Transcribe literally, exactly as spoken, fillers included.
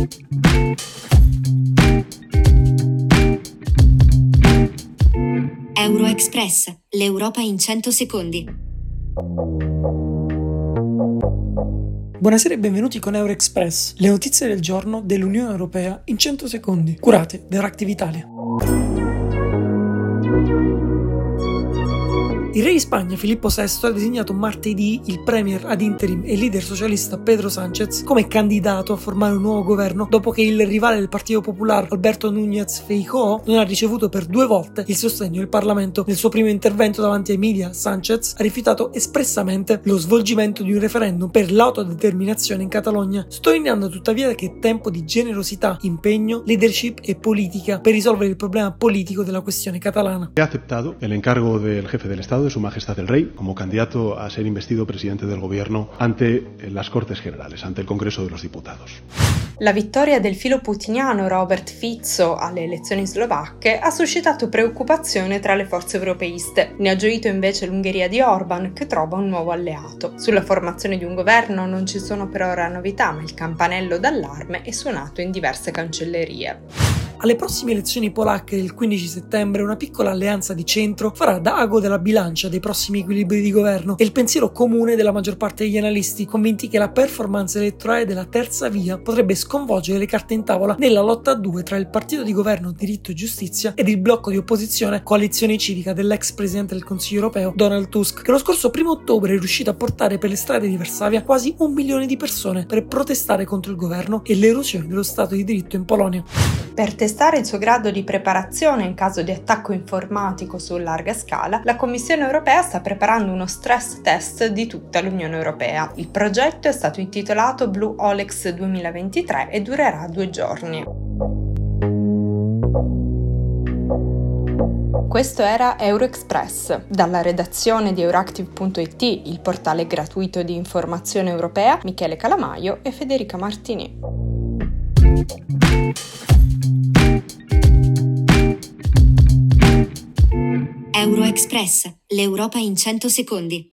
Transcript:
Euroexpress, l'Europa in cento secondi. Buonasera e benvenuti con Euroexpress, le notizie del giorno dell'Unione Europea in cento secondi, curate da Euractiv Italia. Il re di Spagna, Filippo sesto, ha designato martedì il premier ad interim e leader socialista Pedro Sánchez come candidato a formare un nuovo governo dopo che il rivale del Partito Popular, Alberto Núñez Feijóo, non ha ricevuto per due volte il sostegno del Parlamento. Nel suo primo intervento davanti ai media, Sánchez ha rifiutato espressamente lo svolgimento di un referendum per l'autodeterminazione in Catalogna, sottolineando tuttavia che è tempo di generosità, impegno, leadership e politica per risolvere il problema politico della questione catalana. He aceptado el encargo del jefe del Estado, de Su Majestad el Rey, como candidato a ser investido presidente del gobierno ante las Cortes Generales, ante el Congreso de los Diputados. La vittoria del filo putiniano Robert Fico alle elezioni slovacche ha suscitato preoccupazione tra le forze europeiste. Ne ha gioito invece l'Ungheria di Orban, che trova un nuovo alleato. Sulla formazione di un governo non ci sono per ora novità, ma il campanello d'allarme è suonato in diverse cancellerie. Alle prossime elezioni polacche del quindici settembre una piccola alleanza di centro farà da ago della bilancia dei prossimi equilibri di governo e il pensiero comune della maggior parte degli analisti, convinti che la performance elettorale della terza via potrebbe sconvolgere le carte in tavola nella lotta a due tra il partito di governo Diritto e Giustizia ed il blocco di opposizione Coalizione Civica dell'ex presidente del Consiglio europeo Donald Tusk, che lo scorso primo ottobre è riuscito a portare per le strade di Varsavia quasi un milione di persone per protestare contro il governo e l'erosione dello Stato di diritto in Polonia. Per testare il suo grado di preparazione in caso di attacco informatico su larga scala, la Commissione europea sta preparando uno stress test di tutta l'Unione Europea. Il progetto è stato intitolato Blue Olex duemilaventitré e durerà due giorni. Questo era Euroexpress. Dalla redazione di Euractiv punto it, il portale gratuito di informazione europea, Michele Calamaio e Federica Martini. Euroexpress, l'Europa in cento secondi.